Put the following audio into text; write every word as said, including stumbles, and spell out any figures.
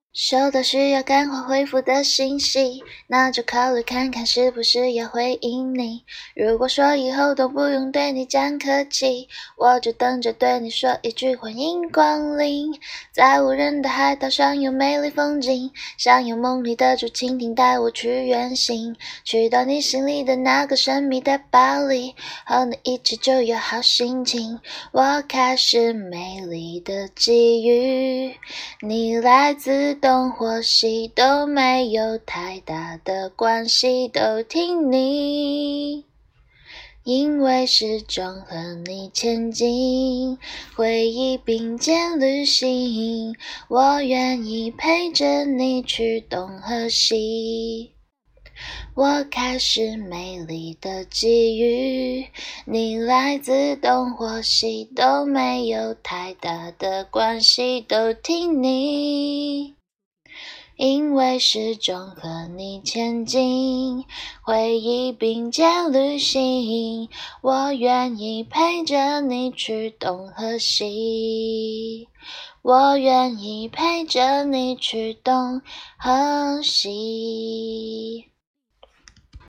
收到需要赶快回复的信息，那就考虑看看是不是要回应你。如果说以后都不用对你讲客气，我就等着对你说一句欢迎光临。在无人的海岛上有美丽风景，想有梦里的竹蜻蜓带我去远行，去到你心里的那个神秘的巴黎，和你一起就有好心情。我开始美丽的际遇，你来自东或西都没有太大的关系，都听你，因为始终和你前进，回忆并肩旅行，我愿意陪着你去东和西。我开始美丽的际遇，你来自东或西都没有太大的关系，都听你，因为始终和你前进，回忆并肩旅行，我愿意陪着你去东和西，我愿意陪着你去东和西。